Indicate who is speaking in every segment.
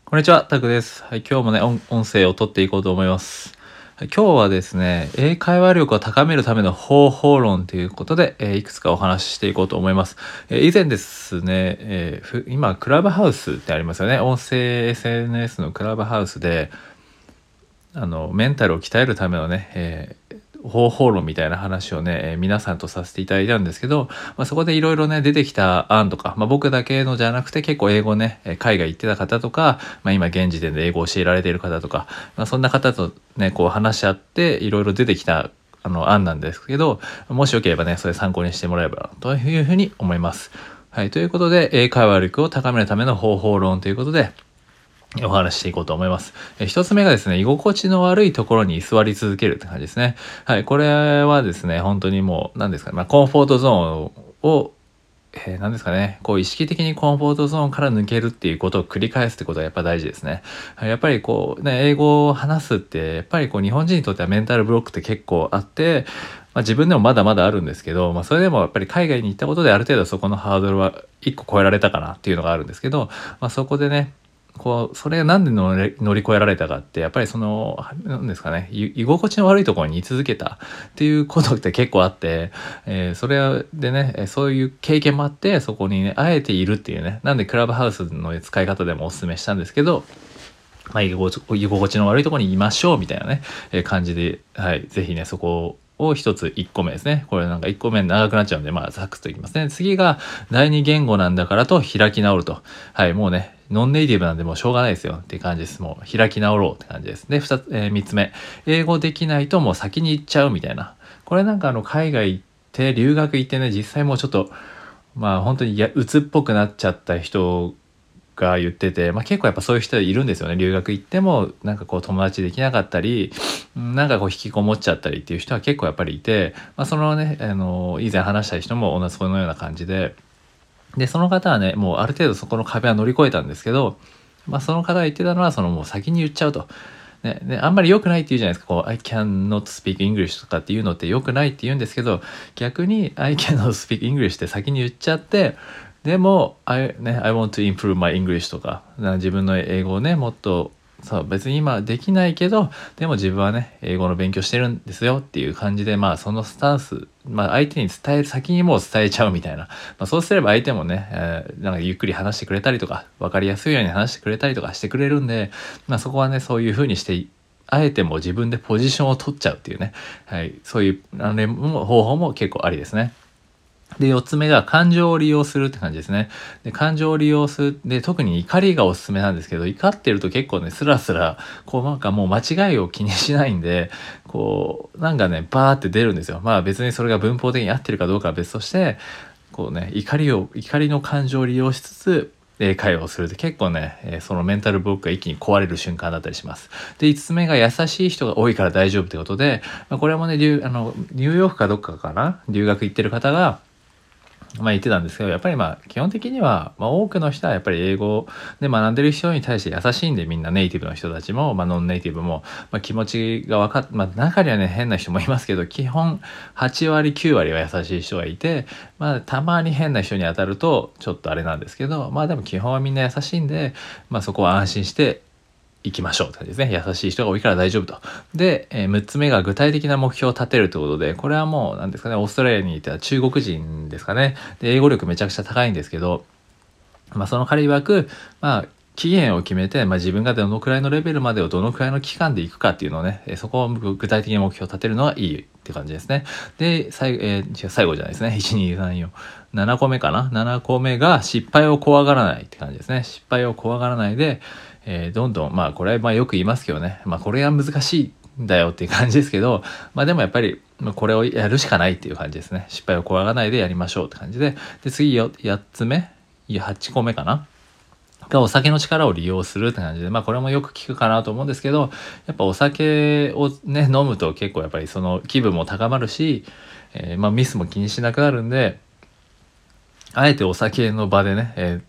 Speaker 1: こんにちは、タクです。はい、今日もね、音声を取っていこうと思います。はい、今日はですね、英会話力を高めるための方法論ということで、いくつかお話ししていこうと思います。以前ですね、今、クラブハウスってありますよね。音声 SNS のクラブハウスで、メンタルを鍛えるためのね、方法論みたいな話をね、皆さんとさせていただいたんですけど、そこでいろいろね、出てきた案とか、僕だけのじゃなくて結構英語ね、海外行ってた方とか、今現時点で英語を教えられている方とか、そんな方とね、こう話し合って、いろいろ出てきた案なんですけど、もしよければね、それ参考にしてもらえればというふうに思います。はい、ということで、英会話力を高めるための方法論ということで、お話ししていこうと思います。一つ目がですね、居心地の悪いところに居座り続けるって感じですね。はい、これはですね、本当にもう、何ですかね、コンフォートゾーンを、何ですかね、こう意識的にコンフォートゾーンから抜けるっていうことを繰り返すってことはやっぱ大事ですね。はい、やっぱりこうね、英語を話すって、やっぱりこう日本人にとってはメンタルブロックって結構あって、自分でもまだまだあるんですけど、それでもやっぱり海外に行ったことである程度そこのハードルは一個超えられたかなっていうのがあるんですけど、そこでね、それがなんで乗り越えられたかって、やっぱりなんですかね、居心地の悪いところに居続けたっていうことって結構あって、それでね、そういう経験もあって、そこにね、あえているっていうね、なんでクラブハウスの使い方でもお勧めしたんですけど、居心地の悪いところにいましょうみたいなね、感じで、はい、ぜひね、そこを1個目ですね。これなんか1個目長くなっちゃうんで、サクッといきますね。次が、第二言語なんだからと開き直ると。はい、もうね、ノンネイティブなんでもうしょうがないですよっていう感じです。もう開き直ろうって感じです。で、3つ目。英語できないともう先に行っちゃうみたいな。これなんか海外行って、留学行ってね、実際もうちょっと、本当に鬱っぽくなっちゃった人が言ってて、結構やっぱそういう人いるんですよね。留学行ってもなんかこう友達できなかったり、なんかこう引きこもっちゃったりっていう人は結構やっぱりいて、そのね、以前話した人も同じそのような感じで、その方はね、もうある程度そこの壁は乗り越えたんですけど、その方が言ってたのは、もう先に言っちゃうと。ね、あんまり良くないって言うじゃないですか。こう、I cannot speak English とかっていうのって良くないって言うんですけど、逆に I cannot speak English って先に言っちゃって、でも、I want to improve my English とか、自分の英語をね、もっと、そう別に今できないけど、でも自分はね、英語の勉強してるんですよっていう感じで、そのスタンス、相手に伝える、先にもう伝えちゃうみたいな。そうすれば相手もね、なんかゆっくり話してくれたりとか、分かりやすいように話してくれたりとかしてくれるんで、そこはね、そういう風にして、あえても自分でポジションを取っちゃうっていうね、はい、そういう方法も結構ありですね。で、4つ目が感情を利用するって感じですね。で、感情を利用する。で、特に怒りがおすすめなんですけど、怒ってると結構ね、スラスラ、こうなんかもう間違いを気にしないんで、こう、なんかね、バーって出るんですよ。別にそれが文法的に合ってるかどうかは別として、こうね、怒りの感情を利用しつつ、英会話をすると結構ね、そのメンタルブロックが一気に壊れる瞬間だったりします。で、5つ目が優しい人が多いから大丈夫ってことで、これもね、ニューヨークかどっかかな留学行ってる方が、言ってたんですけど、やっぱり基本的には、多くの人はやっぱり英語で学んでる人に対して優しいんで、みんなネイティブの人たちも、ノンネイティブも、気持ちが分かっ、中にはね、変な人もいますけど、基本8割、9割は優しい人がいて、たまに変な人に当たると、ちょっとあれなんですけど、でも基本はみんな優しいんで、そこは安心して、行きましょうって感じですね。優しい人が多いから大丈夫と。で、6つ目が具体的な目標を立てるということで、これはもう何ですかね、オーストラリアにいた中国人ですかね。で、英語力めちゃくちゃ高いんですけど、その彼曰く、期限を決めて、自分がどのくらいのレベルまでをどのくらいの期間で行くかっていうのをね、そこを具体的に目標を立てるのはいいって感じですね。で、最後じゃないですね。1、2、3、4。7個目かな ?7 個目が失敗を怖がらないって感じですね。失敗を怖がらないで、どんどん、これはよく言いますけどね。これが難しいんだよっていう感じですけど、でもやっぱり、これをやるしかないっていう感じですね。失敗を怖がらないでやりましょうって感じで。で、次8つ目8個目かながお酒の力を利用するって感じで、これもよく聞くかなと思うんですけど、やっぱお酒をね、飲むと結構やっぱりその気分も高まるし、ミスも気にしなくなるんで、あえてお酒の場でね、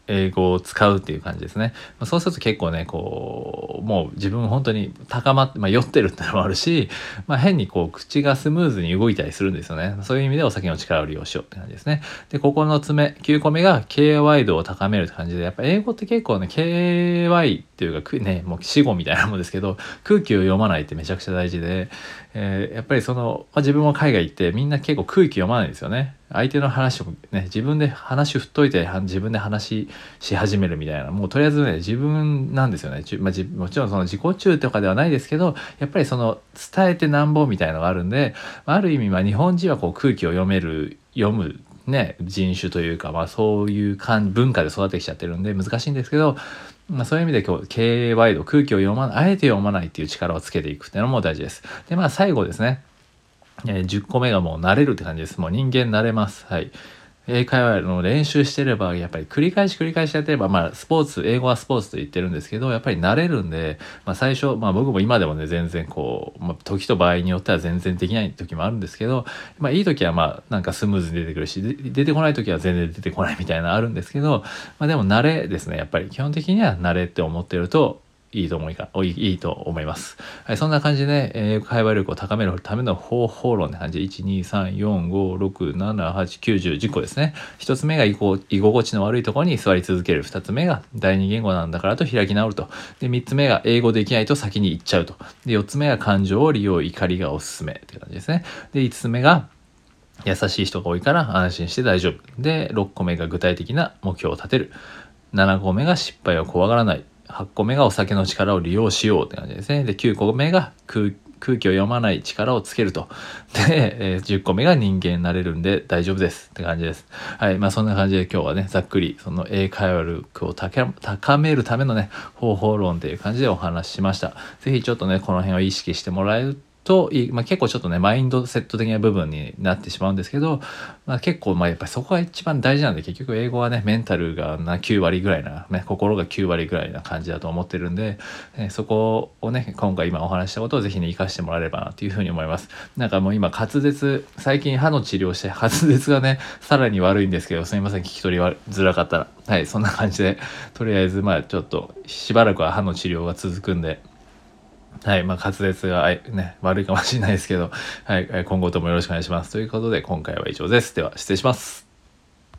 Speaker 1: 英語を使うっていう感じですね。そうすると結構ね、こう、もう自分本当に高まって、酔ってるってのもあるし、変にこう、口がスムーズに動いたりするんですよね。そういう意味でお酒の力を利用しようって感じですね。で、ここの爪、9個目が KY 度を高めるって感じで、やっぱ英語って結構ね、KY っていうか、ね、もう死語みたいなもんですけど、空気を読まないってめちゃくちゃ大事で、やっぱり自分も海外行ってみんな結構空気読まないんですよね。相手の話をね、自分で話振っといて自分で話し始めるみたいな、もうとりあえずね、自分なんですよね。もちろんその自己中とかではないですけど、やっぱり伝えてなんぼみたいなのがあるんで、ある意味日本人はこう空気を読むね、人種というか、そういう文化で育ってきちゃってるんで難しいんですけど、そういう意味で今日 KY 度、空気をあえて読まないっていう力をつけていくっていうのも大事です。で、最後ですね。10個目がもう慣れるって感じです。もう人間慣れます。はい。英会話の練習してれば、やっぱり繰り返しやってれば、英語はスポーツと言ってるんですけど、やっぱり慣れるんで、最初、僕も今でもね、全然こう、時と場合によっては全然できない時もあるんですけど、いい時はなんかスムーズに出てくるし、出てこない時は全然出てこないみたいなのあるんですけど、でも慣れですね。やっぱり基本的には慣れって思ってると、いいと思います。はい、そんな感じで、会話力を高めるための方法論って感じで、1、2、3、4、5、6、7、8、9、10、10個ですね。1つ目が居心地の悪いところに座り続ける。2つ目が第二言語なんだからと開き直ると。で、3つ目が英語できないと先に行っちゃうと。で、4つ目が感情を利用、怒りがおすすめって感じですね。で、5つ目が優しい人が多いから安心して大丈夫。で、6個目が具体的な目標を立てる。7個目が失敗を怖がらない。8個目がお酒の力を利用しようって感じですね。で、9個目が空気を読まない力をつけると。で、10個目が人間になれるんで大丈夫ですって感じです。はい。そんな感じで今日はね、ざっくりその英会話力を高めるためのね、方法論っていう感じでお話ししました。ぜひちょっとね、この辺を意識してもらえるといい、結構ちょっとねマインドセット的な部分になってしまうんですけど、結構やっぱりそこが一番大事なんで、結局英語はねメンタルが9割ぐらいな、心が9割ぐらいな感じだと思ってるんで、そこをね今回今お話したことをぜひね活かしてもらえればなというふうに思います。なんかもう今最近歯の治療して滑舌がねさらに悪いんですけど、すみません聞き取りづらかったら、はい、そんな感じでとりあえずちょっとしばらくは歯の治療が続くんで、はい。滑舌が悪いかもしれないですけど、はい。今後ともよろしくお願いします。ということで、今回は以上です。では、失礼します。